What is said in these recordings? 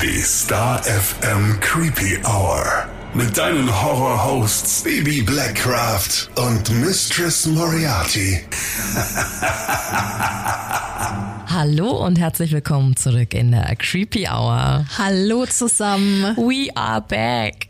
Die Star FM Creepy Hour. Mit deinen Horror-Hosts Baby Blackcraft und Mistress Moriarty. Hallo und herzlich willkommen zurück in der Creepy Hour. Hallo zusammen. We are back.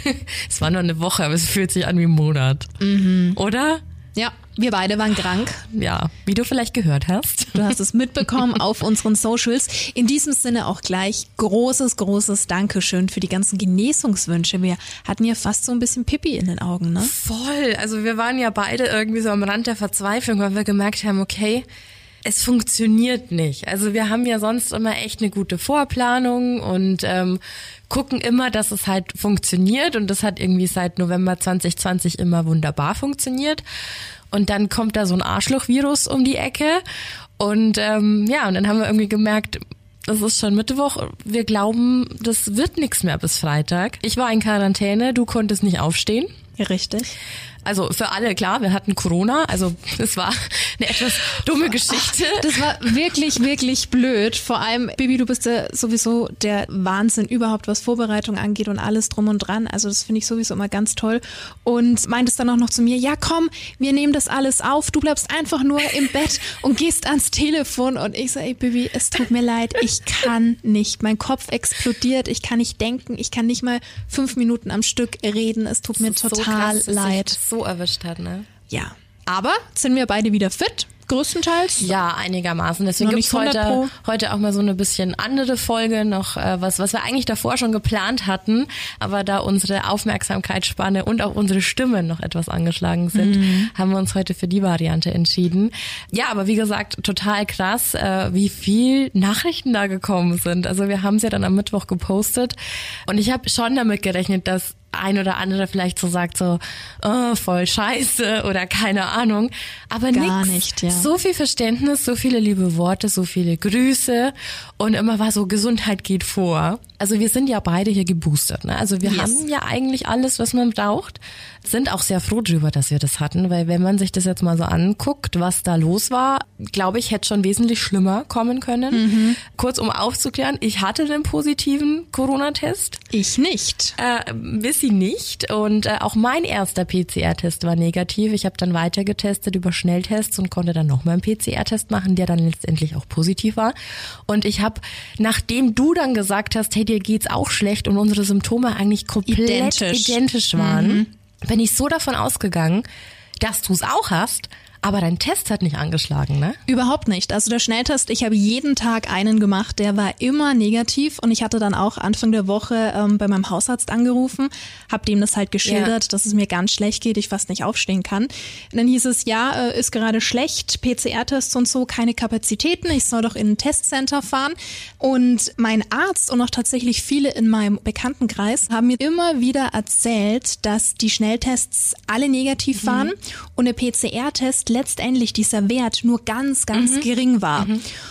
Es war nur eine Woche, aber es fühlt sich an wie ein Monat. Oder? Ja, wir beide waren krank. Ja, wie du vielleicht gehört hast. Du hast es mitbekommen auf unseren Socials. In diesem Sinne auch gleich großes Dankeschön für die ganzen Genesungswünsche. Wir hatten ja fast so ein bisschen Pipi in den Augen, ne? Voll. Also wir waren ja beide irgendwie so am Rand der Verzweiflung, weil wir gemerkt haben, okay, es funktioniert nicht. Also wir haben ja sonst immer echt eine gute Vorplanung und gucken immer, dass es halt funktioniert, und das hat irgendwie seit November 2020 immer wunderbar funktioniert. Und dann kommt da so ein Arschlochvirus um die Ecke und und dann haben wir irgendwie gemerkt, das ist schon Mittwoch, wir glauben, das wird nichts mehr bis Freitag. Ich war in Quarantäne, du konntest nicht aufstehen. Ja, richtig. Also für alle, klar, wir hatten Corona, also es war eine etwas dumme Geschichte. Das war wirklich blöd. Vor allem, Bibi, du bist ja sowieso der Wahnsinn überhaupt, was Vorbereitung angeht und alles drum und dran. Also das finde ich sowieso immer ganz toll. Und meintest dann auch noch zu mir, ja komm, wir nehmen das alles auf, du bleibst einfach nur im Bett und gehst ans Telefon. Und ich so, ey Bibi, es tut mir leid, ich kann nicht. Mein Kopf explodiert, ich kann nicht denken, ich kann nicht mal 5 Minuten am Stück reden. Es tut mir total leid. So erwischt hat, ne? Ja, aber sind wir beide wieder fit, größtenteils? Ja, einigermaßen. Deswegen gibt's heute auch mal so eine bisschen andere Folge, noch was wir eigentlich davor schon geplant hatten, aber da unsere Aufmerksamkeitsspanne und auch unsere Stimmen noch etwas angeschlagen sind, haben wir uns heute für die Variante entschieden. Ja, aber wie gesagt, total krass, wie viel Nachrichten da gekommen sind. Also wir haben es ja dann am Mittwoch gepostet und ich habe schon damit gerechnet, dass ein oder andere vielleicht so sagt so, oh, voll scheiße oder keine Ahnung, aber gar nix. Nicht, ja. So viel Verständnis, so viele liebe Worte, so viele Grüße und immer war so, Gesundheit geht vor. Also wir sind ja beide hier geboostert, ne? Also wir haben ja eigentlich alles, was man braucht, sind auch sehr froh drüber, dass wir das hatten, weil wenn man sich das jetzt mal so anguckt, was da los war, glaube ich, hätte schon wesentlich schlimmer kommen können. Kurz um aufzuklären, ich hatte den positiven Corona-Test. Ich nicht. Wissi nicht, und auch mein erster PCR-Test war negativ. Ich habe dann weiter getestet über Schnelltests und konnte dann nochmal einen PCR-Test machen, der dann letztendlich auch positiv war. Und ich habe, nachdem du dann gesagt hast, hey, dir geht's auch schlecht und unsere Symptome eigentlich komplett identisch waren, bin ich so davon ausgegangen, dass du es auch hast. Aber dein Test hat nicht angeschlagen, ne? Überhaupt nicht. Also der Schnelltest, ich habe jeden Tag einen gemacht, der war immer negativ, und ich hatte dann auch Anfang der Woche bei meinem Hausarzt angerufen, habe dem das halt geschildert, dass es mir ganz schlecht geht, ich fast nicht aufstehen kann. Und dann hieß es, ja, ist gerade schlecht, PCR-Tests und so, keine Kapazitäten, ich soll doch in ein Testzenter fahren. Und mein Arzt und auch tatsächlich viele in meinem Bekanntenkreis haben mir immer wieder erzählt, dass die Schnelltests alle negativ waren und der PCR-Test letztendlich dieser Wert nur ganz gering war.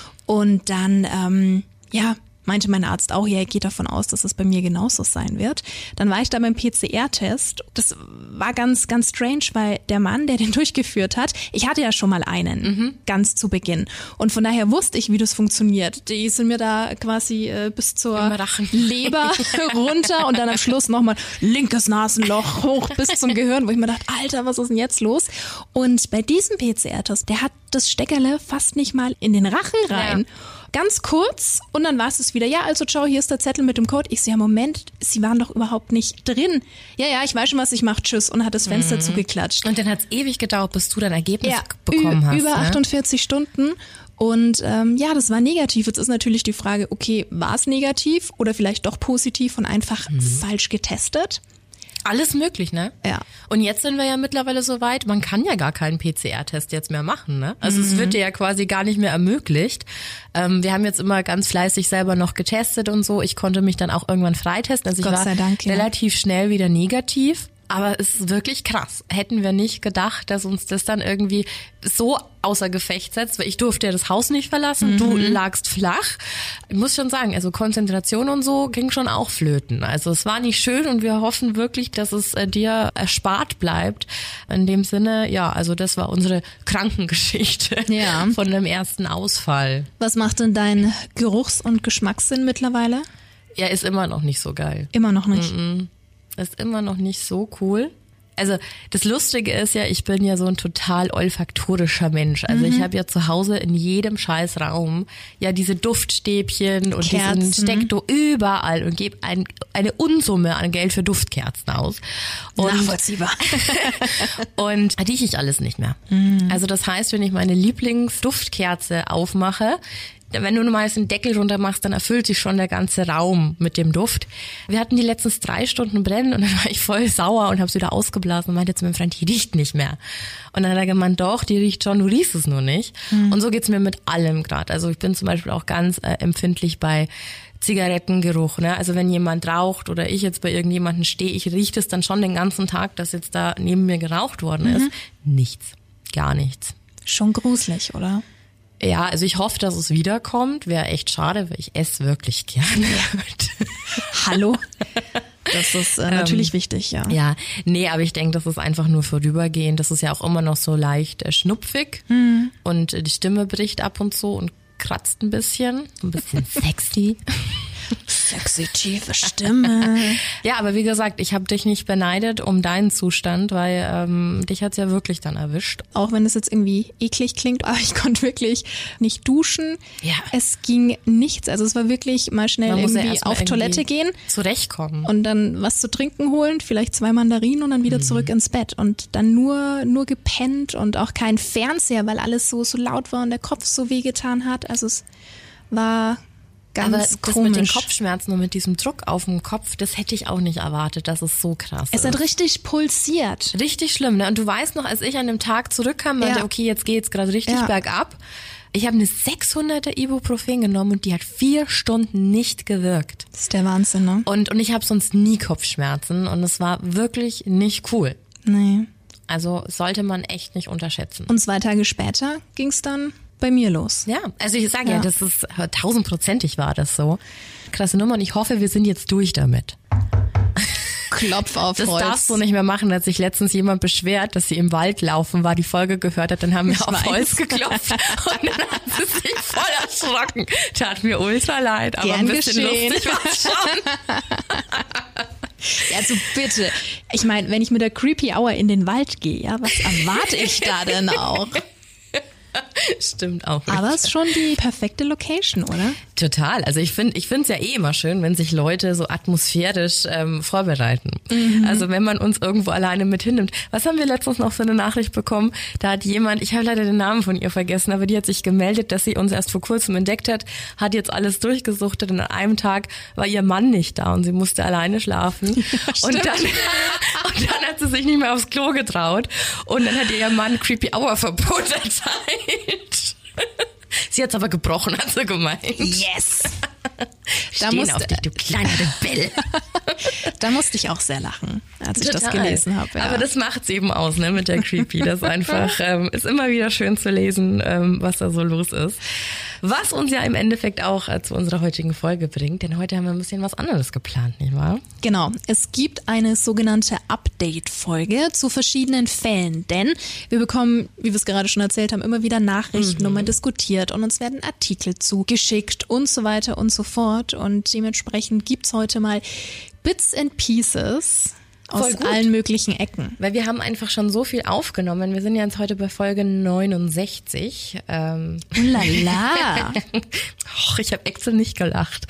Und dann, meinte mein Arzt auch, ja, er geht davon aus, dass es bei mir genauso sein wird. Dann war ich da beim PCR-Test. Das war ganz strange, weil der Mann, der den durchgeführt hat, ich hatte ja schon mal einen, ganz zu Beginn. Und von daher wusste ich, wie das funktioniert. Die sind mir da quasi bis zur Leber runter und dann am Schluss nochmal linkes Nasenloch hoch bis zum Gehirn, wo ich mir dachte, Alter, was ist denn jetzt los? Und bei diesem PCR-Test, der hat das Steckerle fast nicht mal in den Rachen rein. Ja. Ganz kurz, und dann war es wieder. Ja, also ciao, hier ist der Zettel mit dem Code. Ich so, ja, Moment, Sie waren doch überhaupt nicht drin. Ja, ich weiß schon, was ich mache, tschüss. Und hat das Fenster zugeklatscht. Und dann hat es ewig gedauert, bis du dein Ergebnis bekommen hast. Über 48 Stunden. Und das war negativ. Jetzt ist natürlich die Frage, okay, war es negativ oder vielleicht doch positiv und einfach falsch getestet? Alles möglich, ne? Ja. Und jetzt sind wir ja mittlerweile so weit, man kann ja gar keinen PCR-Test jetzt mehr machen, ne? Also es wird dir ja quasi gar nicht mehr ermöglicht. Wir haben jetzt immer ganz fleißig selber noch getestet und so. Ich konnte mich dann auch irgendwann freitesten. Also ich war relativ schnell wieder negativ. Aber es ist wirklich krass. Hätten wir nicht gedacht, dass uns das dann irgendwie so außer Gefecht setzt, weil ich durfte ja das Haus nicht verlassen, du lagst flach. Ich muss schon sagen, also Konzentration und so ging schon auch flöten. Also es war nicht schön und wir hoffen wirklich, dass es dir erspart bleibt. In dem Sinne, ja, also das war unsere Krankengeschichte von dem ersten Ausfall. Was macht denn dein Geruchs- und Geschmackssinn mittlerweile? Ja, ist immer noch nicht so geil. Immer noch nicht. Ist immer noch nicht so cool. Also das Lustige ist ja, ich bin ja so ein total olfaktorischer Mensch. Also ich habe ja zu Hause in jedem scheiß Raum ja diese Duftstäbchen und Kerzen. diesen Steckdo überall und gebe eine Unsumme an Geld für Duftkerzen aus. Und Nachvollziehbar. und rieche ich alles nicht mehr. Also das heißt, wenn ich meine Lieblingsduftkerze aufmache, wenn du normal den Deckel runter machst, dann erfüllt sich schon der ganze Raum mit dem Duft. Wir hatten die letztens 3 Stunden brennen und dann war ich voll sauer und habe es wieder ausgeblasen und meinte zu meinem Freund, die riecht nicht mehr. Und dann hat er gemeint, doch, die riecht schon, du riechst es nur nicht. Und so geht's mir mit allem gerade. Also ich bin zum Beispiel auch ganz empfindlich bei Zigarettengeruch. Ne? Also wenn jemand raucht oder ich jetzt bei irgendjemandem stehe, ich rieche es dann schon den ganzen Tag, dass jetzt da neben mir geraucht worden ist. Nichts, gar nichts. Schon gruselig, oder? Ja, also ich hoffe, dass es wiederkommt. Wäre echt schade, weil ich esse wirklich gerne. Hallo? Das ist natürlich wichtig, ja. Ja, nee, aber ich denke, das ist einfach nur vorübergehend. Das ist ja auch immer noch so leicht schnupfig und die Stimme bricht ab und zu und kratzt ein bisschen sexy. Sexy, tiefe Stimme. Ja, aber wie gesagt, ich habe dich nicht beneidet um deinen Zustand, weil dich hat's ja wirklich dann erwischt. Auch wenn es jetzt irgendwie eklig klingt, aber ich konnte wirklich nicht duschen. Ja. Es ging nichts. Also es war wirklich mal schnell Man muss ja irgendwie erst mal auf Toilette irgendwie gehen zurechtkommen. und dann was zu trinken holen, vielleicht 2 Mandarinen und dann wieder zurück ins Bett. Und dann nur gepennt und auch kein Fernseher, weil alles so laut war und der Kopf so wehgetan hat. Also es war ganz aber das komisch. mit den Kopfschmerzen und mit diesem Druck auf dem Kopf, das hätte ich auch nicht erwartet, dass es so krass ist. Es hat richtig pulsiert. Richtig schlimm, ne? Und du weißt noch, als ich an dem Tag zurückkam, meinte, okay, jetzt geht's gerade richtig bergab. Ich habe eine 600er Ibuprofen genommen und die hat 4 Stunden nicht gewirkt. Das ist der Wahnsinn, ne? Und ich habe sonst nie Kopfschmerzen und es war wirklich nicht cool. Nee. Also sollte man echt nicht unterschätzen. Und 2 Tage später ging's dann bei mir los. Ja, also ich sage ja, das ist 1000%ig war das so. Krasse Nummer und ich hoffe, wir sind jetzt durch damit. Klopf auf Das Holz. darfst du nicht mehr machen. Als sich letztens jemand beschwert, dass sie im Wald laufen war, die Folge gehört hat, dann haben wir auf Holz geklopft und dann hat sie sich voll erschrocken. Tat mir ultra leid, aber Gern ein bisschen geschehen. lustig war es schon. Ja, also bitte. Ich meine, wenn ich mit der Creepy Hour in den Wald gehe, ja, was erwarte ich da denn auch? Stimmt auch. Aber es ist schon die perfekte Location, oder? Total. Also ich finde es ja immer schön, wenn sich Leute so atmosphärisch vorbereiten. Also wenn man uns irgendwo alleine mit hinnimmt. Was haben wir letztens noch für eine Nachricht bekommen? Da hat jemand, ich habe leider den Namen von ihr vergessen, aber die hat sich gemeldet, dass sie uns erst vor kurzem entdeckt hat jetzt alles durchgesuchtet und an einem Tag war ihr Mann nicht da und sie musste alleine schlafen. Ja, und dann hat sie sich nicht mehr aufs Klo getraut und dann hat ihr Mann Creepy Hour Verbot erteilt. Sie hat's aber gebrochen, hat sie gemeint. Yes! Stehen auf dich, du kleiner Rebell. Da musste ich auch sehr lachen, als ich das gelesen habe. Ja. Aber das macht's eben aus, ne, mit der Creepy. Das einfach ist immer wieder schön zu lesen, was da so los ist. Was uns ja im Endeffekt auch zu unserer heutigen Folge bringt, denn heute haben wir ein bisschen was anderes geplant, nicht wahr? Genau, es gibt eine sogenannte Update-Folge zu verschiedenen Fällen, denn wir bekommen, wie wir es gerade schon erzählt haben, immer wieder Nachrichten und man diskutiert und uns werden Artikel zugeschickt und so weiter und so fort und dementsprechend gibt's heute mal Bits and Pieces aus allen möglichen Ecken. Weil wir haben einfach schon so viel aufgenommen. Wir sind ja jetzt heute bei Folge 69. Lala. Och, ich habe extra nicht gelacht.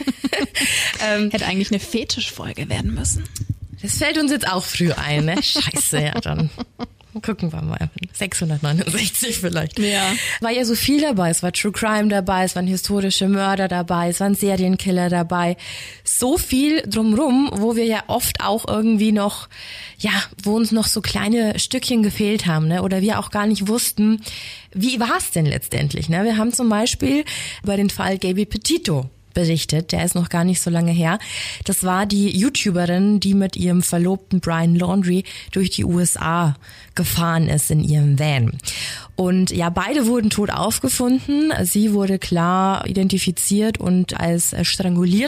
Hätte eigentlich eine Fetischfolge werden müssen. Das fällt uns jetzt auch früh ein, ne? Scheiße, ja dann. Gucken wir mal. 669 vielleicht. Ja. War ja so viel dabei. Es war True Crime dabei, es waren historische Mörder dabei, es waren Serienkiller dabei. So viel drumrum, wo wir ja oft auch irgendwie noch, ja, wo uns noch so kleine Stückchen gefehlt haben, ne? Oder wir auch gar nicht wussten, wie war es denn letztendlich, ne? Wir haben zum Beispiel über den Fall Gabby Petito berichtet, der ist noch gar nicht so lange her. Das war die YouTuberin, die mit ihrem Verlobten Brian Laundrie durch die USA gefahren ist in ihrem Van. Und ja, beide wurden tot aufgefunden. Sie wurde klar identifiziert und als stranguliert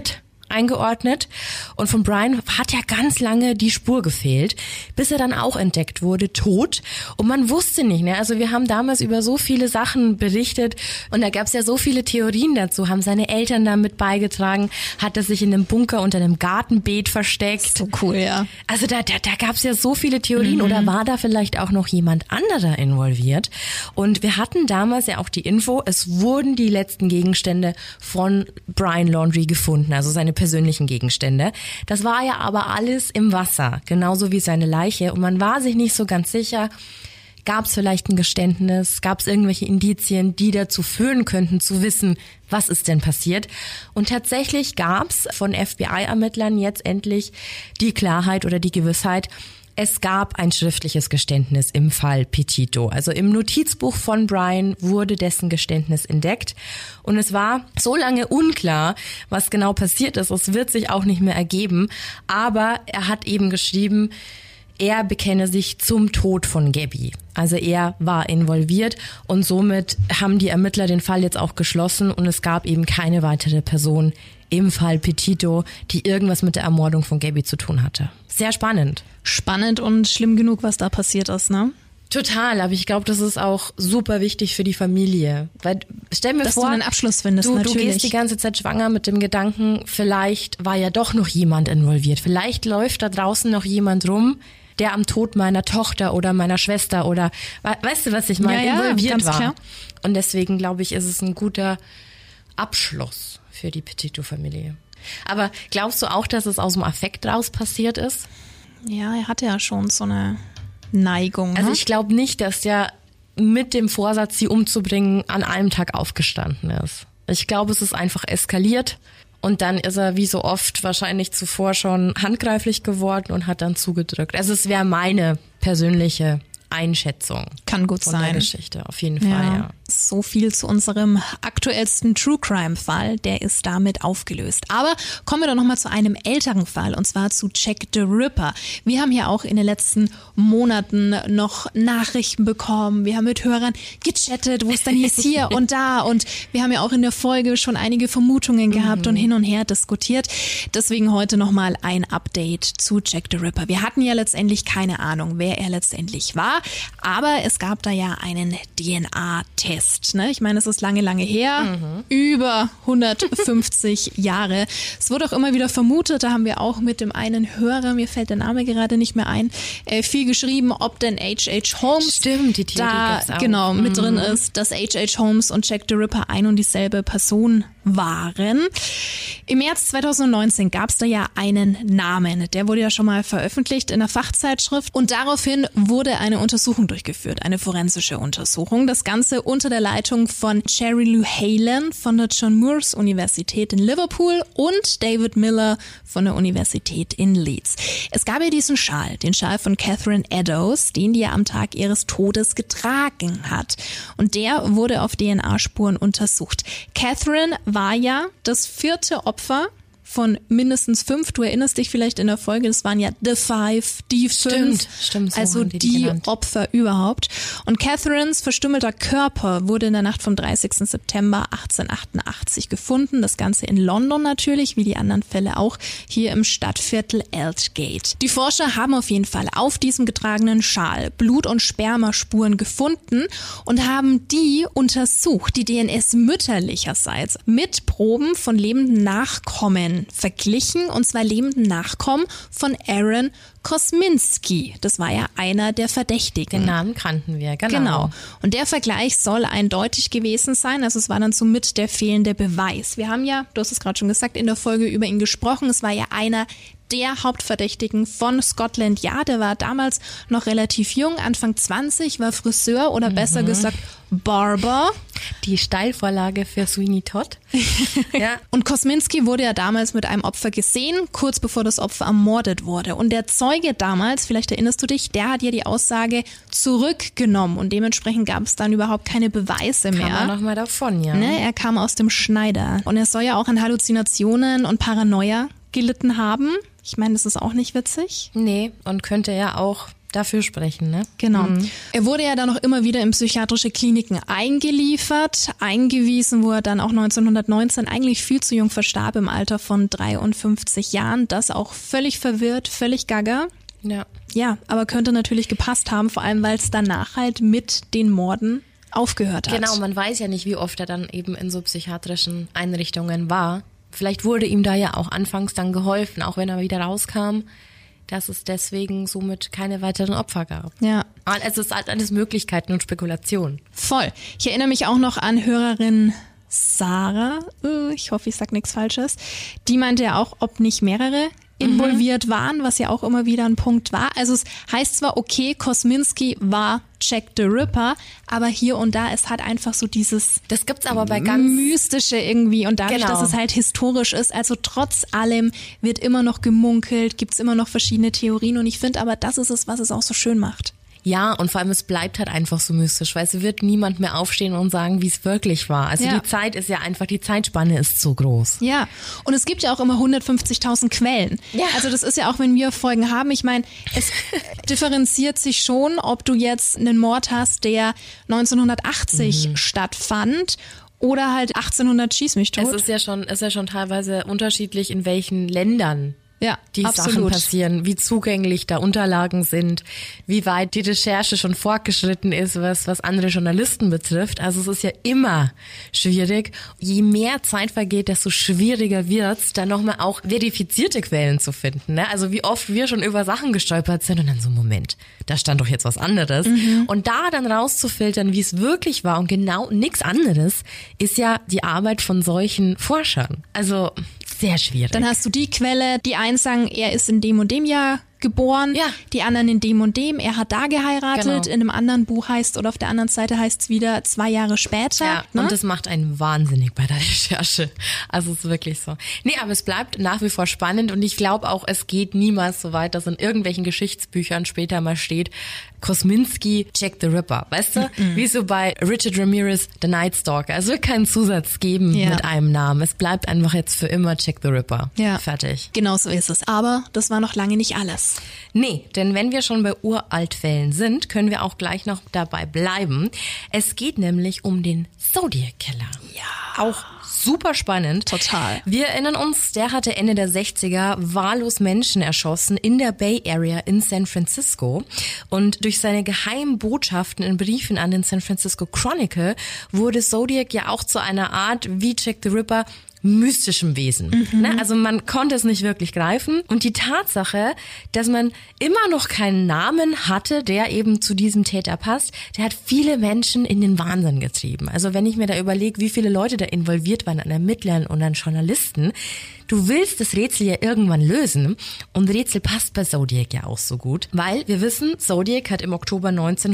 eingeordnet und von Brian hat ja ganz lange die Spur gefehlt, bis er dann auch entdeckt wurde, tot, und man wusste nicht, ne? Also wir haben damals über so viele Sachen berichtet und da gab es ja so viele Theorien dazu, haben seine Eltern damit beigetragen, hat er sich in einem Bunker unter einem Gartenbeet versteckt. So cool, ja. Also da gab es ja so viele Theorien, oder war da vielleicht auch noch jemand anderer involviert? Und wir hatten damals ja auch die Info, es wurden die letzten Gegenstände von Brian Laundrie gefunden, also seine persönlichen Gegenstände. Das war ja aber alles im Wasser, genauso wie seine Leiche. Und man war sich nicht so ganz sicher, gab es vielleicht ein Geständnis, gab es irgendwelche Indizien, die dazu führen könnten, zu wissen, was ist denn passiert. Und tatsächlich gab es von FBI-Ermittlern jetzt endlich die Klarheit oder die Gewissheit, es gab ein schriftliches Geständnis im Fall Petito. Also im Notizbuch von Brian wurde dessen Geständnis entdeckt. Und es war so lange unklar, was genau passiert ist. Es wird sich auch nicht mehr ergeben. Aber er hat eben geschrieben, er bekenne sich zum Tod von Gabby. Also er war involviert und somit haben die Ermittler den Fall jetzt auch geschlossen und es gab eben keine weitere Person im Fall Petito, die irgendwas mit der Ermordung von Gabby zu tun hatte. Sehr spannend. Spannend und schlimm genug, was da passiert ist, ne? Total, aber ich glaube, das ist auch super wichtig für die Familie. Weil stell mir vor, dass du einen Abschluss findest, du gehst die ganze Zeit schwanger mit dem Gedanken, vielleicht war ja doch noch jemand involviert. Vielleicht läuft da draußen noch jemand rum, der am Tod meiner Tochter oder meiner Schwester oder, weißt du, was ich meine, involviert ganz war. Klar. Und deswegen, glaube ich, ist es ein guter Abschluss für die Petito-Familie. Aber glaubst du auch, dass es aus dem Affekt raus passiert ist? Ja, er hatte ja schon so eine Neigung. Also ich glaube nicht, dass der mit dem Vorsatz, sie umzubringen, an einem Tag aufgestanden ist. Ich glaube, es ist einfach eskaliert und dann ist er wie so oft wahrscheinlich zuvor schon handgreiflich geworden und hat dann zugedrückt. Also es wäre meine persönliche Einschätzung. Kann gut von sein. Der Geschichte, auf jeden Fall, ja. So viel zu unserem aktuellsten True Crime Fall. Der ist damit aufgelöst. Aber kommen wir doch nochmal zu einem älteren Fall, und zwar zu Jack the Ripper. Wir haben ja auch in den letzten Monaten noch Nachrichten bekommen. Wir haben mit Hörern gechattet, wo es dann hieß hier und da. Und wir haben ja auch in der Folge schon einige Vermutungen gehabt und hin und her diskutiert. Deswegen heute nochmal ein Update zu Jack the Ripper. Wir hatten ja letztendlich keine Ahnung, wer er letztendlich war. Aber es gab da ja einen DNA-Test. Ne? Ich meine, es ist lange, lange her. Über 150 Jahre. Es wurde auch immer wieder vermutet, da haben wir auch mit dem einen Hörer, mir fällt der Name gerade nicht mehr ein, viel geschrieben, ob denn H.H. Holmes Stimmt, die Theorie da gab's auch. genau mit drin ist, dass H.H. Holmes und Jack the Ripper ein und dieselbe Person waren. Im März 2019 gab es da ja einen Namen. Der wurde ja schon mal veröffentlicht in einer Fachzeitschrift und daraufhin wurde eine Untersuchung durchgeführt, eine forensische Untersuchung. Das Ganze unter der Leitung von Cherry Lou Halen von der John Moores Universität in Liverpool und David Miller von der Universität in Leeds. Es gab ja diesen Schal, den Schal von Catherine Eddowes, den die ja am Tag ihres Todes getragen hat. Und der wurde auf DNA-Spuren untersucht. Catherine war ja das 4. Opfer von mindestens 5. Du erinnerst dich vielleicht in der Folge, das waren ja The Five, die 5. Stimmt, so also haben die die genannt. Opfer überhaupt. Und Catherines verstümmelter Körper wurde in der Nacht vom 30. September 1888 gefunden. Das Ganze in London natürlich, wie die anderen Fälle auch, hier im Stadtviertel Aldgate. Die Forscher haben auf jeden Fall auf diesem getragenen Schal Blut- und Spermaspuren gefunden und haben die untersucht, die DNS mütterlicherseits, mit Proben von lebenden Nachkommen verglichen, und zwar lebenden Nachkommen von Aaron Kosminski. Das war ja einer der Verdächtigen. Den Namen kannten wir, Genau. Und der Vergleich soll eindeutig gewesen sein. Also es war dann somit der fehlende Beweis. Wir haben ja, du hast es gerade schon gesagt, in der Folge über ihn gesprochen. Es war ja einer der Hauptverdächtigen von Scotland Yard. Der war damals noch relativ jung, Anfang 20, war Friseur oder besser gesagt Barber. Die Steilvorlage für Sweeney Todd. Ja. Und Kosminski wurde ja damals mit einem Opfer gesehen, kurz bevor das Opfer ermordet wurde. Und der Zeuge damals, vielleicht erinnerst du dich, der hat ja die Aussage zurückgenommen und dementsprechend gab es dann überhaupt keine Beweise mehr. Kam er noch mal davon, ja. Ne, er kam aus dem Schneider und er soll ja auch an Halluzinationen und Paranoia gelitten haben. Ich meine, das ist auch nicht witzig. Nee, und könnte ja auch dafür sprechen, ne? Genau. Er wurde ja dann noch immer wieder in psychiatrische Kliniken eingeliefert, eingewiesen, wo er dann auch 1919 eigentlich viel zu jung verstarb im Alter von 53 Jahren. Das auch völlig verwirrt, völlig gaga. Ja. Ja, aber könnte natürlich gepasst haben, vor allem weil es danach halt mit den Morden aufgehört hat. Genau, man weiß ja nicht, wie oft er dann eben in so psychiatrischen Einrichtungen war. Vielleicht wurde ihm da ja auch anfangs dann geholfen, auch wenn er wieder rauskam, dass es deswegen somit keine weiteren Opfer gab. Ja. Aber es ist halt alles Möglichkeiten und Spekulationen. Voll. Ich erinnere mich auch noch an Hörerin Sarah, ich hoffe, ich sag nichts Falsches, die meinte ja auch, ob nicht mehrere involviert waren, was ja auch immer wieder ein Punkt war. Also es heißt zwar, okay, Kosminski war Jack the Ripper, aber hier und da ist halt einfach so dieses Das gibt's aber bei ganz Mystische irgendwie und dadurch, dass es halt historisch ist, also trotz allem wird immer noch gemunkelt, gibt's immer noch verschiedene Theorien und ich finde aber, das ist es, was es auch so schön macht. Ja, und vor allem es bleibt halt einfach so mystisch, weil es wird niemand mehr aufstehen und sagen, wie es wirklich war. Also die Zeit ist ja einfach, die Zeitspanne ist so groß. Ja, und es gibt ja auch immer 150.000 Quellen. Ja. Also das ist ja auch, wenn wir Folgen haben, ich meine, es differenziert sich schon, ob du jetzt einen Mord hast, der 1980 stattfand oder halt 1800 schieß mich tot. Es ist ja schon teilweise unterschiedlich, in welchen Ländern ja, die absolut. Sachen passieren, wie zugänglich da Unterlagen sind, wie weit die Recherche schon fortgeschritten ist, was andere Journalisten betrifft. Also es ist ja immer schwierig. Je mehr Zeit vergeht, desto schwieriger wird's, dann nochmal auch verifizierte Quellen zu finden. Ne? Also wie oft wir schon über Sachen gestolpert sind und dann so, Moment, da stand doch jetzt was anderes. Und da dann rauszufiltern, wie es wirklich war und genau nichts anderes, ist ja die Arbeit von solchen Forschern. Also sehr schwierig. Dann hast du die Quelle, die einen sagen, er ist in dem und dem Jahr geboren, Ja. die anderen in dem und dem, er hat da geheiratet, Genau. in einem anderen Buch heißt oder auf der anderen Seite heißt es wieder 2 Jahre später. Ja, Ne? und das macht einen wahnsinnig bei der Recherche. Also es ist wirklich so. Nee, aber es bleibt nach wie vor spannend und ich glaube auch, es geht niemals so weit, dass in irgendwelchen Geschichtsbüchern später mal steht, Kosminski, Jack the Ripper. Weißt du, wie so bei Richard Ramirez, The Night Stalker. Es wird keinen Zusatz geben mit einem Namen. Es bleibt einfach jetzt für immer Jack the Ripper. Ja. Fertig. Genau so ist es. Aber das war noch lange nicht alles. Nee, denn wenn wir schon bei Uraltfällen sind, können wir auch gleich noch dabei bleiben. Es geht nämlich um den Zodiac Killer. Ja. Auch super spannend. Total. Wir erinnern uns, der hatte Ende der 60er wahllos Menschen erschossen in der Bay Area in San Francisco. Und durch seine geheimen Botschaften in Briefen an den San Francisco Chronicle wurde Zodiac ja auch zu einer Art, wie Jack the Ripper, mystischem Wesen. Ne? Also man konnte es nicht wirklich greifen. Und die Tatsache, dass man immer noch keinen Namen hatte, der eben zu diesem Täter passt, der hat viele Menschen in den Wahnsinn getrieben. Also wenn ich mir da überlege, wie viele Leute da involviert waren an Ermittlern und an Journalisten, du willst das Rätsel ja irgendwann lösen. Und Rätsel passt bei Zodiac ja auch so gut, weil wir wissen, Zodiac hat im Oktober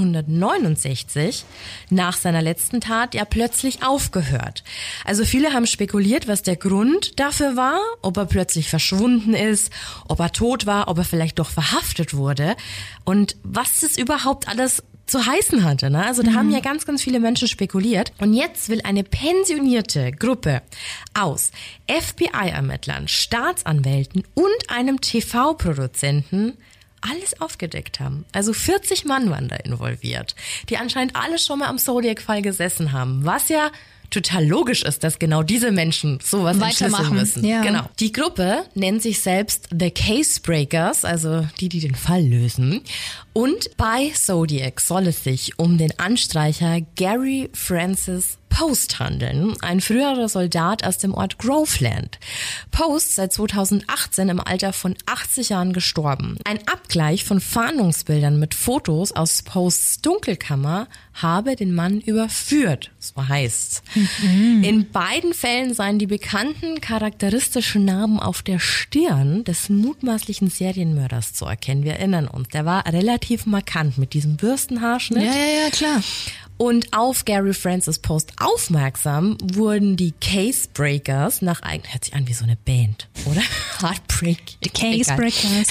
1969 nach seiner letzten Tat ja plötzlich aufgehört. Also viele haben spekuliert, was der Grund dafür war, ob er plötzlich verschwunden ist, ob er tot war, ob er vielleicht doch verhaftet wurde und was es überhaupt alles zu heißen hatte. Ne? Also da haben ja ganz, ganz viele Menschen spekuliert. Und jetzt will eine pensionierte Gruppe aus FBI-Ermittlern, Staatsanwälten und einem TV-Produzenten alles aufgedeckt haben. Also 40 Mann waren da involviert, die anscheinend alle schon mal am Zodiac-Fall gesessen haben, was ja total logisch ist, dass genau diese Menschen sowas entschlüsseln müssen. Ja. Genau. Die Gruppe nennt sich selbst The Case Breakers, also die den Fall lösen. Und bei Zodiac soll es sich um den Anstreicher Gary Francis Post handeln, ein früherer Soldat aus dem Ort Groveland. Post seit 2018 im Alter von 80 Jahren gestorben. Ein Abgleich von Fahndungsbildern mit Fotos aus Posts Dunkelkammer habe den Mann überführt, so heißt's. In beiden Fällen seien die bekannten charakteristischen Narben auf der Stirn des mutmaßlichen Serienmörders zu erkennen. Wir erinnern uns, der war relativ markant mit diesem Bürstenhaarschnitt. Ja, klar. Und auf Gary Francis Post aufmerksam wurden die Casebreakers hört sich an wie so eine Band, oder? Heartbreak. The Casebreakers.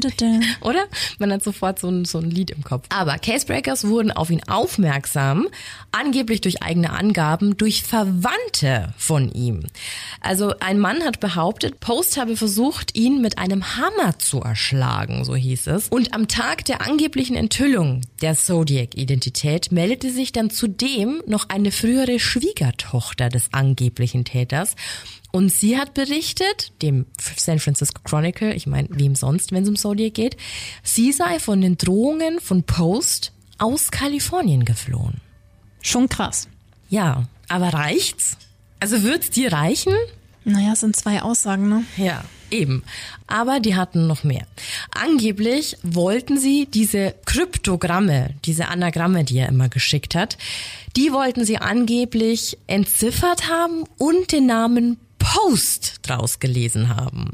Oder? Man hat sofort so ein Lied im Kopf. Aber Casebreakers wurden auf ihn aufmerksam, angeblich durch eigene Angaben, durch Verwandte von ihm. Also ein Mann hat behauptet, Post habe versucht, ihn mit einem Hammer zu erschlagen, so hieß es. Und am Tag der angeblichen Enthüllung der Zodiac-Identität meldete sich dann zudem noch eine frühere Schwiegertochter des angeblichen Täters. Und sie hat berichtet, dem San Francisco Chronicle, ich meine, wem sonst, wenn es um Zodiac geht, sie sei von den Drohungen von Post aus Kalifornien geflohen. Schon krass. Ja, aber reicht's? Also wird's dir reichen? Naja, es sind 2 Aussagen, ne? Ja, eben. Aber die hatten noch mehr. Angeblich wollten sie diese Kryptogramme, diese Anagramme, die er immer geschickt hat, die wollten sie angeblich entziffert haben und den Namen Post draus gelesen haben.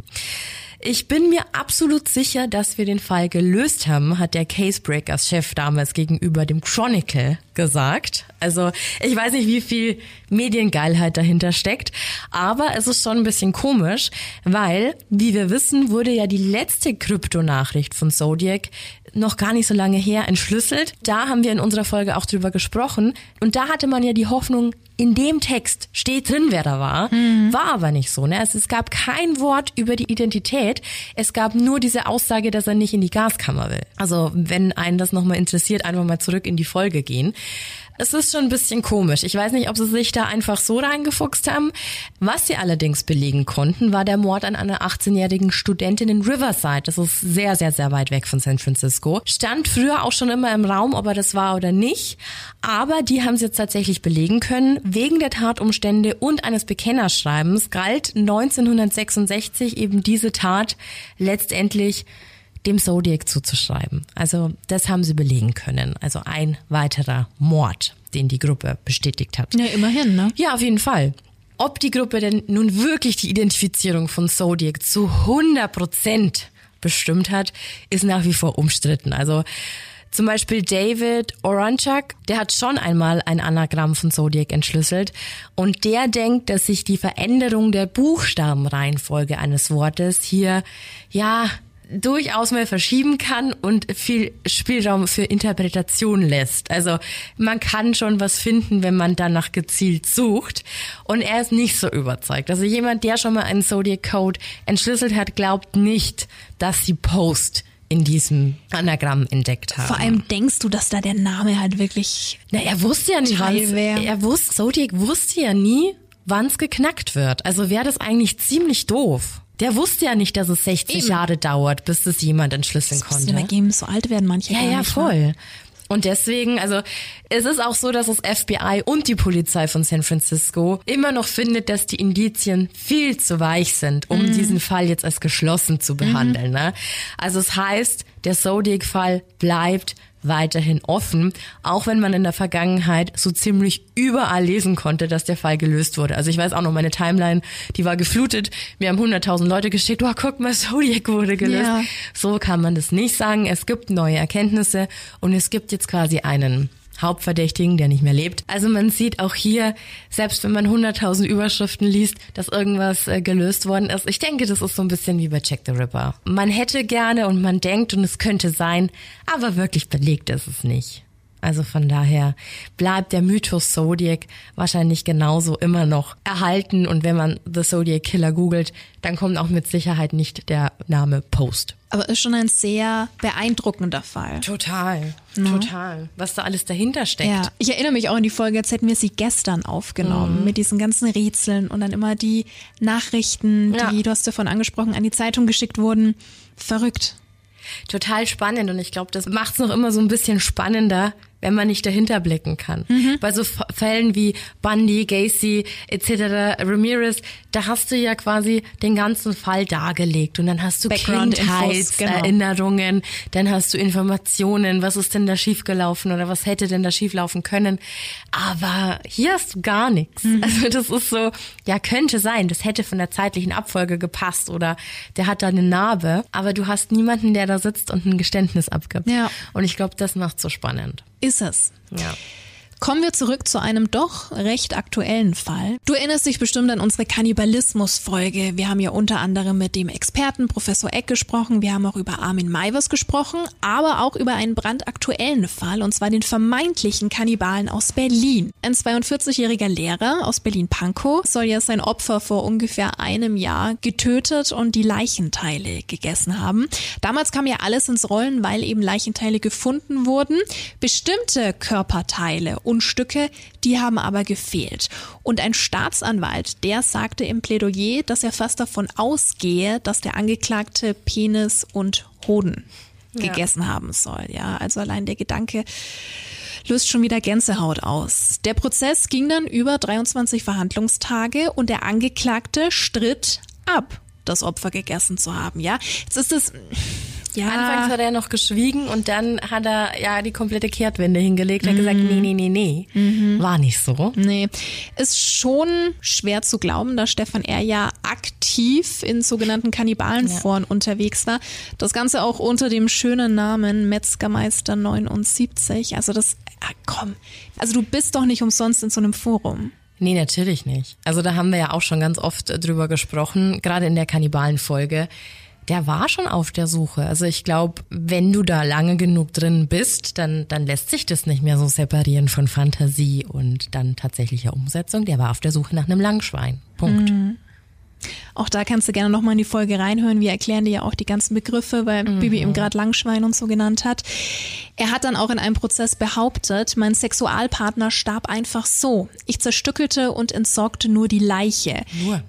Ich bin mir absolut sicher, dass wir den Fall gelöst haben, hat der Casebreakers-Chef damals gegenüber dem Chronicle gesagt. Also ich weiß nicht, wie viel Mediengeilheit dahinter steckt, aber es ist schon ein bisschen komisch, weil, wie wir wissen, wurde ja die letzte Kryptonachricht von Zodiac noch gar nicht so lange her entschlüsselt. Da haben wir in unserer Folge auch drüber gesprochen und da hatte man ja die Hoffnung, in dem Text steht drin, wer da war. War aber nicht so, ne? Es gab kein Wort über die Identität. Es gab nur diese Aussage, dass er nicht in die Gaskammer will. Also, wenn einen das nochmal interessiert, einfach mal zurück in die Folge gehen. Es ist schon ein bisschen komisch. Ich weiß nicht, ob sie sich da einfach so reingefuchst haben. Was sie allerdings belegen konnten, war der Mord an einer 18-jährigen Studentin in Riverside. Das ist sehr, sehr, sehr weit weg von San Francisco. Stand früher auch schon immer im Raum, ob er das war oder nicht. Aber die haben sie jetzt tatsächlich belegen können. Wegen der Tatumstände und eines Bekennerschreibens galt 1966 eben diese Tat letztendlich dem Zodiac zuzuschreiben. Also das haben sie belegen können. Also ein weiterer Mord, den die Gruppe bestätigt hat. Ja, immerhin, ne? Ja, auf jeden Fall. Ob die Gruppe denn nun wirklich die Identifizierung von Zodiac zu 100% bestimmt hat, ist nach wie vor umstritten. Also zum Beispiel David Oranchak, der hat schon einmal ein Anagramm von Zodiac entschlüsselt und der denkt, dass sich die Veränderung der Buchstabenreihenfolge eines Wortes hier, ja, durchaus mal verschieben kann und viel Spielraum für Interpretation lässt. Also man kann schon was finden, wenn man danach gezielt sucht. Und er ist nicht so überzeugt. Also jemand, der schon mal einen Zodiac-Code entschlüsselt hat, glaubt nicht, dass sie Post in diesem Anagramm entdeckt haben. Vor allem denkst du, dass da der Name halt wirklich er wusste ja nicht, Zodiac wusste ja nie, wann es geknackt wird. Also wäre das eigentlich ziemlich doof. Der wusste ja nicht, dass es 60 Jahre dauert, bis das jemand entschlüsseln konnte. Übergeben, so alt werden manche gar nicht. Ja, voll. Und deswegen, also es ist auch so, dass das FBI und die Polizei von San Francisco immer noch findet, dass die Indizien viel zu weich sind, um diesen Fall jetzt als geschlossen zu behandeln. Ne? Also es heißt, der Zodiac-Fall bleibt weiterhin offen, auch wenn man in der Vergangenheit so ziemlich überall lesen konnte, dass der Fall gelöst wurde. Also ich weiß auch noch, meine Timeline, die war geflutet. Mir haben 100.000 Leute geschickt, oh, guck mal, Zodiac wurde gelöst. Ja. So kann man das nicht sagen. Es gibt neue Erkenntnisse und es gibt jetzt quasi einen Hauptverdächtigen, der nicht mehr lebt. Also man sieht auch hier, selbst wenn man 100.000 Überschriften liest, dass irgendwas gelöst worden ist. Ich denke, das ist so ein bisschen wie bei Jack the Ripper. Man hätte gerne und man denkt und es könnte sein, aber wirklich belegt ist es nicht. Also von daher bleibt der Mythos Zodiac wahrscheinlich genauso immer noch erhalten und wenn man The Zodiac Killer googelt, dann kommt auch mit Sicherheit nicht der Name Post. Aber ist schon ein sehr beeindruckender Fall. Total, total. Was da alles dahinter steckt. Ja, ich erinnere mich auch an die Folge, als hätten wir sie gestern aufgenommen, mit diesen ganzen Rätseln und dann immer die Nachrichten, die, du hast davon angesprochen, an die Zeitung geschickt wurden. Verrückt. Total spannend und ich glaube, das macht es noch immer so ein bisschen spannender, wenn man nicht dahinter blicken kann. Bei so Fällen wie Bundy, Gacy etc., Ramirez, da hast du ja quasi den ganzen Fall dargelegt und dann hast du Kindheitserinnerungen, dann hast du Informationen, was ist denn da schiefgelaufen oder was hätte denn da schieflaufen können. Aber hier hast du gar nichts. Also das ist so, ja, könnte sein, das hätte von der zeitlichen Abfolge gepasst oder der hat da eine Narbe, aber du hast niemanden, der da sitzt und ein Geständnis abgibt. Ja. Und ich glaube, das macht's so spannend. Ist es. Ja. Kommen wir zurück zu einem doch recht aktuellen Fall. Du erinnerst dich bestimmt an unsere Kannibalismus-Folge. Wir haben ja unter anderem mit dem Experten Professor Eck gesprochen. Wir haben auch über Armin Meiwes gesprochen, aber auch über einen brandaktuellen Fall, und zwar den vermeintlichen Kannibalen aus Berlin. Ein 42-jähriger Lehrer aus Berlin-Pankow soll ja sein Opfer vor ungefähr einem Jahr getötet und die Leichenteile gegessen haben. Damals kam ja alles ins Rollen, weil eben Leichenteile gefunden wurden. Bestimmte Körperteile und Stücke, die haben aber gefehlt. Und ein Staatsanwalt, der sagte im Plädoyer, dass er fast davon ausgehe, dass der Angeklagte Penis und Hoden gegessen haben soll. Ja, also allein der Gedanke löst schon wieder Gänsehaut aus. Der Prozess ging dann über 23 Verhandlungstage und der Angeklagte stritt ab, das Opfer gegessen zu haben. Ja, jetzt ist es... Ja. Anfangs hat er noch geschwiegen und dann hat er ja die komplette Kehrtwende hingelegt. Er hat gesagt, nee, war nicht so. Nee, ist schon schwer zu glauben, dass Stefan R. ja aktiv in sogenannten Kannibalenforen unterwegs war. Das Ganze auch unter dem schönen Namen Metzgermeister 79. Also also du bist doch nicht umsonst in so einem Forum. Nee, natürlich nicht. Also da haben wir ja auch schon ganz oft drüber gesprochen, gerade in der Kannibalen-Folge. Der war schon auf der Suche. Also ich glaube, wenn du da lange genug drin bist, dann lässt sich das nicht mehr so separieren von Fantasie und dann tatsächlicher Umsetzung. Der war auf der Suche nach einem Langschwein. Punkt. Auch da kannst du gerne nochmal in die Folge reinhören. Wir erklären dir ja auch die ganzen Begriffe, weil Bibi ihm gerade Langschwein und so genannt hat. Er hat dann auch in einem Prozess behauptet, mein Sexualpartner starb einfach so. Ich zerstückelte und entsorgte nur die Leiche.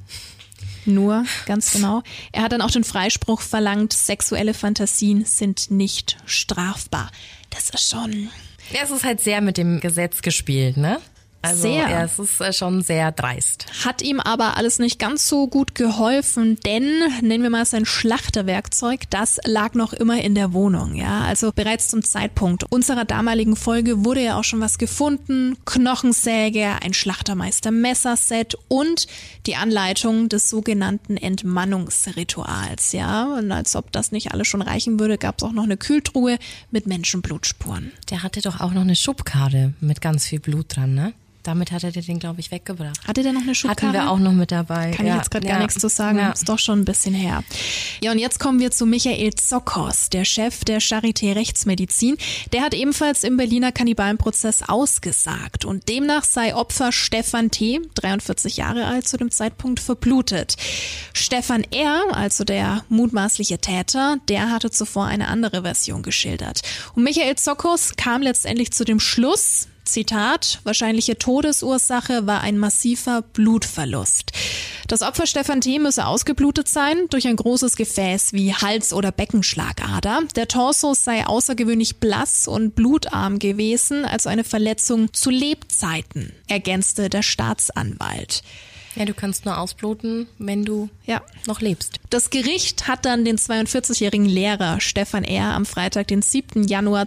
Nur, ganz genau. Er hat dann auch den Freispruch verlangt, sexuelle Fantasien sind nicht strafbar. Das ist schon... Ja, es ist halt sehr mit dem Gesetz gespielt, ne? Also sehr. Es ist schon sehr dreist. Hat ihm aber alles nicht ganz so gut geholfen, denn, nennen wir mal sein Schlachterwerkzeug, das lag noch immer in der Wohnung. Ja, also bereits zum Zeitpunkt unserer damaligen Folge wurde ja auch schon was gefunden. Knochensäge, ein Schlachtermeister-Messerset und die Anleitung des sogenannten Entmannungsrituals. Ja, und als ob das nicht alles schon reichen würde, gab es auch noch eine Kühltruhe mit Menschenblutspuren. Der hatte doch auch noch eine Schubkarre mit ganz viel Blut dran, ne? Damit hat er den, glaube ich, weggebracht. Hatte der noch eine Schubkarre? Hatten wir auch noch mit dabei. Kann ich jetzt gerade gar nichts zu sagen. Ja. Ist doch schon ein bisschen her. Ja, und jetzt kommen wir zu Michael Zockers, der Chef der Charité Rechtsmedizin. Der hat ebenfalls im Berliner Kannibalenprozess ausgesagt. Und demnach sei Opfer Stefan T., 43 Jahre alt, zu dem Zeitpunkt verblutet. Stefan R., also der mutmaßliche Täter, der hatte zuvor eine andere Version geschildert. Und Michael Zockers kam letztendlich zu dem Schluss, Zitat, wahrscheinliche Todesursache war ein massiver Blutverlust. Das Opfer Stefan T. müsse ausgeblutet sein durch ein großes Gefäß wie Hals- oder Beckenschlagader. Der Torso sei außergewöhnlich blass und blutarm gewesen, also eine Verletzung zu Lebzeiten, ergänzte der Staatsanwalt. Ja, du kannst nur ausbluten, wenn du noch lebst. Das Gericht hat dann den 42-jährigen Lehrer Stefan R. am Freitag, den 7. Januar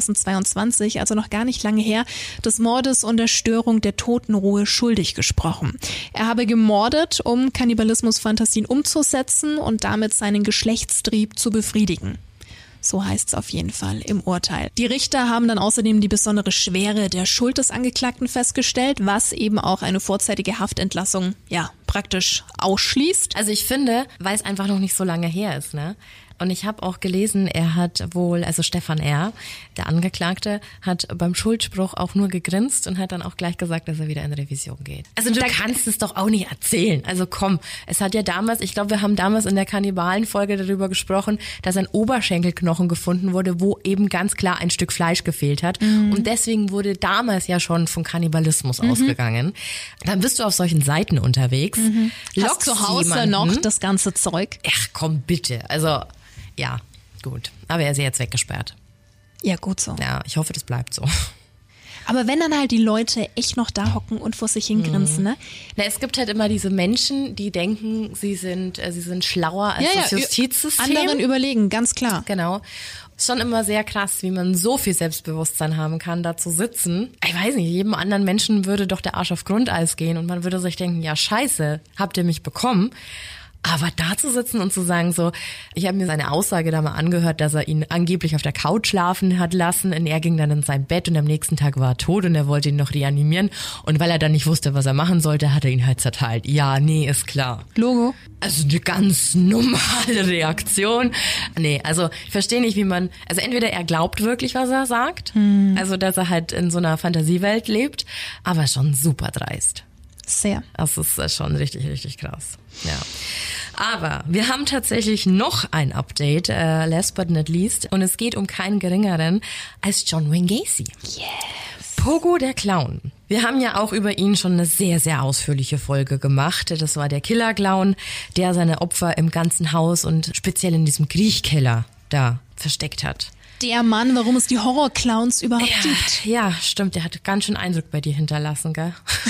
2022, also noch gar nicht lange her, des Mordes und der Störung der Totenruhe schuldig gesprochen. Er habe gemordet, um Kannibalismusfantasien umzusetzen und damit seinen Geschlechtstrieb zu befriedigen. So heißt es auf jeden Fall im Urteil. Die Richter haben dann außerdem die besondere Schwere der Schuld des Angeklagten festgestellt, was eben auch eine vorzeitige Haftentlassung praktisch ausschließt. Also ich finde, weil es einfach noch nicht so lange her ist, ne? Und ich habe auch gelesen, er hat wohl, also Stefan R., der Angeklagte, hat beim Schuldspruch auch nur gegrinst und hat dann auch gleich gesagt, dass er wieder in Revision geht. Also du kannst es doch auch nicht erzählen. Also komm, es hat ja damals, ich glaube, wir haben damals in der Kannibalen-Folge darüber gesprochen, dass ein Oberschenkelknochen gefunden wurde, wo eben ganz klar ein Stück Fleisch gefehlt hat. Und deswegen wurde damals ja schon von Kannibalismus ausgegangen. Dann bist du auf solchen Seiten unterwegs. Hast zu Hause noch das ganze Zeug? Ach komm, bitte. Also ja, gut. Aber er ist ja jetzt weggesperrt. Ja, gut so. Ja, ich hoffe, das bleibt so. Aber wenn dann halt die Leute echt noch da hocken und vor sich hingrinsen, ne? Na, es gibt halt immer diese Menschen, die denken, sie sind schlauer als das Justizsystem. Anderen überlegen, ganz klar. Genau. Schon immer sehr krass, wie man so viel Selbstbewusstsein haben kann, da zu sitzen. Ich weiß nicht, jedem anderen Menschen würde doch der Arsch auf Grundeis gehen und man würde sich denken, ja scheiße, habt ihr mich bekommen? Aber da zu sitzen und zu sagen so, ich habe mir seine Aussage da mal angehört, dass er ihn angeblich auf der Couch schlafen hat lassen und er ging dann in sein Bett und am nächsten Tag war er tot und er wollte ihn noch reanimieren und weil er dann nicht wusste, was er machen sollte, hat er ihn halt zerteilt. Ja, nee, ist klar. Logo. Also eine ganz normale Reaktion. Nee, also ich verstehe nicht, wie man, also entweder er glaubt wirklich, was er sagt, also dass er halt in so einer Fantasiewelt lebt, aber schon super dreist. Sehr. Das ist schon richtig, richtig krass. Ja. Aber wir haben tatsächlich noch ein Update, last but not least, und es geht um keinen geringeren als John Wayne Gacy. Yes. Pogo der Clown. Wir haben ja auch über ihn schon eine sehr, sehr ausführliche Folge gemacht. Das war der Killer-Clown, der seine Opfer im ganzen Haus und speziell in diesem Kriechkeller da versteckt hat. Der Mann, warum es die Horror-Clowns überhaupt gibt. Ja, stimmt, der hat ganz schön Eindruck bei dir hinterlassen, gell?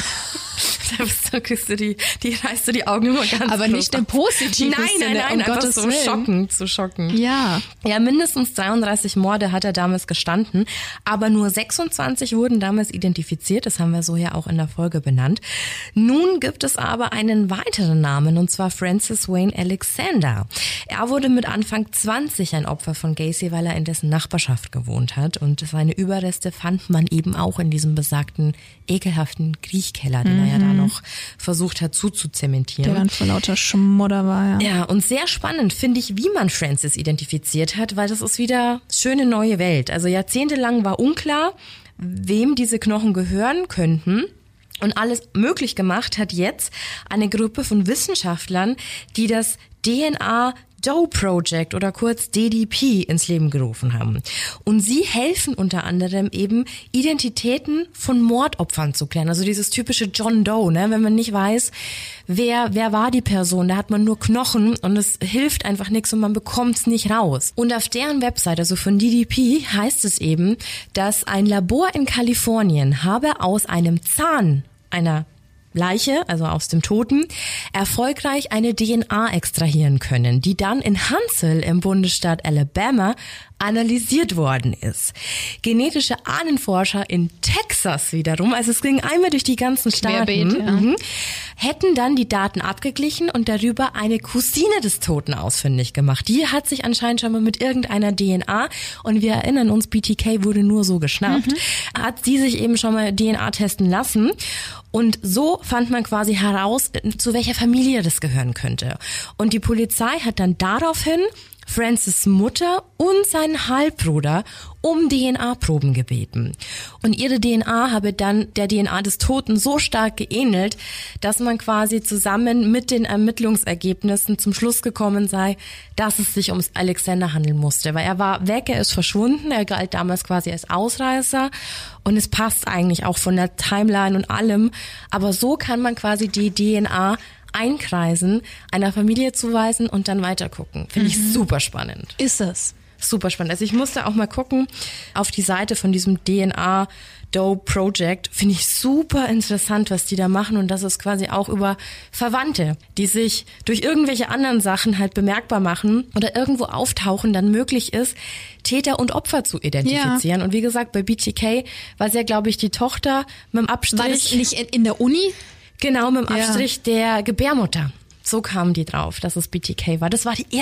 Da kriegst du reißt du die Augen immer ganz aber nicht im positiven Sinne, nein, um einfach Gottes so Willen. schocken. Ja. Ja, mindestens 33 Morde hat er damals gestanden, aber nur 26 wurden damals identifiziert, das haben wir so ja auch in der Folge benannt. Nun gibt es aber einen weiteren Namen, und zwar Francis Wayne Alexander. Er wurde mit Anfang 20 ein Opfer von Gacy, weil er in dessen Nachbarschaft gewohnt hat, und seine Überreste fand man eben auch in diesem besagten ekelhaften Kriechkeller, den er ja da noch versucht hat zuzuzementieren. Der dann vor lauter Schmodder war, ja. Ja, und sehr spannend finde ich, wie man Francis identifiziert hat, weil das ist wieder schöne neue Welt. Also jahrzehntelang war unklar, wem diese Knochen gehören könnten. Und alles möglich gemacht hat jetzt eine Gruppe von Wissenschaftlern, die das DNA Doe Project oder kurz DDP ins Leben gerufen haben. Und sie helfen unter anderem eben, Identitäten von Mordopfern zu klären. Also dieses typische John Doe, ne? Wenn man nicht weiß, wer war die Person, da hat man nur Knochen und es hilft einfach nichts und man bekommt es nicht raus. Und auf deren Website, also von DDP, heißt es eben, dass ein Labor in Kalifornien habe aus einem Zahn einer Leiche, also aus dem Toten, erfolgreich eine DNA extrahieren können, die dann in Huntsville im Bundesstaat Alabama analysiert worden ist. Genetische Ahnenforscher in Texas wiederum, also es ging einmal durch die ganzen Staaten, hätten dann die Daten abgeglichen und darüber eine Cousine des Toten ausfindig gemacht. Die hat sich anscheinend schon mal mit irgendeiner DNA, und wir erinnern uns, BTK wurde nur so geschnappt, hat sie sich eben schon mal DNA testen lassen. Und so fand man quasi heraus, zu welcher Familie das gehören könnte. Und die Polizei hat dann daraufhin Francis' Mutter und seinen Halbbruder um DNA-Proben gebeten. Und ihre DNA habe dann der DNA des Toten so stark geähnelt, dass man quasi zusammen mit den Ermittlungsergebnissen zum Schluss gekommen sei, dass es sich ums Alexander handeln musste. Weil er war weg, er ist verschwunden, er galt damals quasi als Ausreißer und es passt eigentlich auch von der Timeline und allem. Aber so kann man quasi die DNA einkreisen, einer Familie zuweisen und dann weitergucken. Finde ich super spannend. Ist es. Super spannend. Also ich musste auch mal gucken auf die Seite von diesem DNA Doe Project. Finde ich super interessant, was die da machen, und das ist quasi auch über Verwandte, die sich durch irgendwelche anderen Sachen halt bemerkbar machen oder irgendwo auftauchen, dann möglich ist, Täter und Opfer zu identifizieren. Ja. Und wie gesagt, bei BTK war es ja, glaube ich, die Tochter mit dem Abstrich. War das nicht in der Uni? Genau, mit dem Abstrich der Gebärmutter. So kamen die drauf, dass es BTK war. Das war die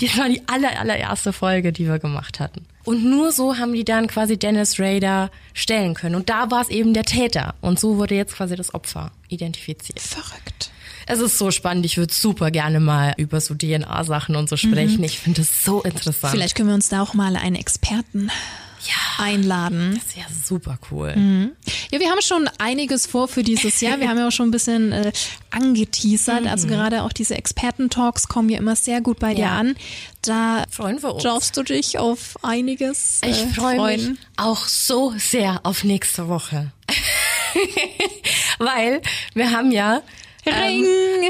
allererste Folge, die wir gemacht hatten. Und nur so haben die dann quasi Dennis Rader stellen können. Und da war es eben der Täter. Und so wurde jetzt quasi das Opfer identifiziert. Verrückt. Es ist so spannend. Ich würde super gerne mal über so DNA-Sachen und so sprechen. Ich finde das so interessant. Vielleicht können wir uns da auch mal einen Experten einladen. Das wäre super cool. Ja, wir haben schon einiges vor für dieses Jahr. Wir haben ja auch schon ein bisschen angeteasert. Also gerade auch diese Experten-Talks kommen ja immer sehr gut bei dir an. Da freuen wir uns. Darfst du dich auf einiges Ich freue mich auch so sehr auf nächste Woche. Weil wir haben ja Ring.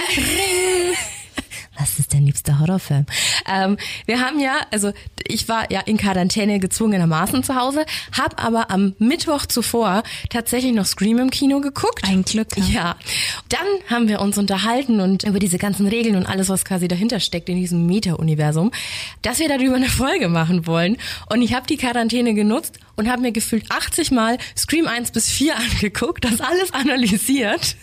Was ist dein liebster Horrorfilm? Wir haben ja, also ich war ja in Quarantäne gezwungenermaßen zu Hause, habe aber am Mittwoch zuvor tatsächlich noch Scream im Kino geguckt. Ein Glück. Ja. Dann haben wir uns unterhalten und über diese ganzen Regeln und alles, was quasi dahinter steckt in diesem Meta-Universum, dass wir darüber eine Folge machen wollen. Und ich habe die Quarantäne genutzt, und habe mir gefühlt 80 Mal Scream 1 bis 4 angeguckt, das alles analysiert.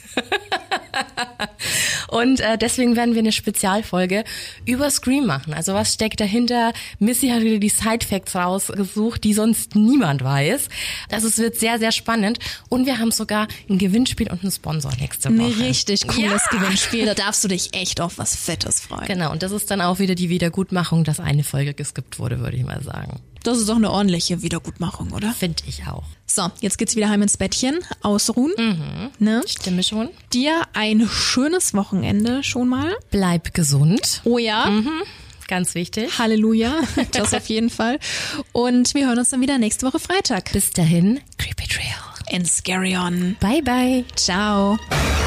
Und deswegen werden wir eine Spezialfolge über Scream machen. Also was steckt dahinter? Missy hat wieder die Side-Facts rausgesucht, die sonst niemand weiß. Also es wird sehr, sehr spannend. Und wir haben sogar ein Gewinnspiel und einen Sponsor nächste Woche. Ein richtig cooles Gewinnspiel. Da darfst du dich echt auf was Fettes freuen. Genau, und das ist dann auch wieder die Wiedergutmachung, dass eine Folge geskippt wurde, würde ich mal sagen. Das ist doch eine ordentliche Wiedergutmachung, oder? Finde ich auch. So, jetzt geht's wieder heim ins Bettchen, ausruhen. Ne? Stimme schon. Dir ein schönes Wochenende schon mal. Bleib gesund. Oh ja. Ganz wichtig. Halleluja, das auf jeden Fall. Und wir hören uns dann wieder nächste Woche Freitag. Bis dahin, Creepy Trail. And Scary On. Bye, bye. Ciao.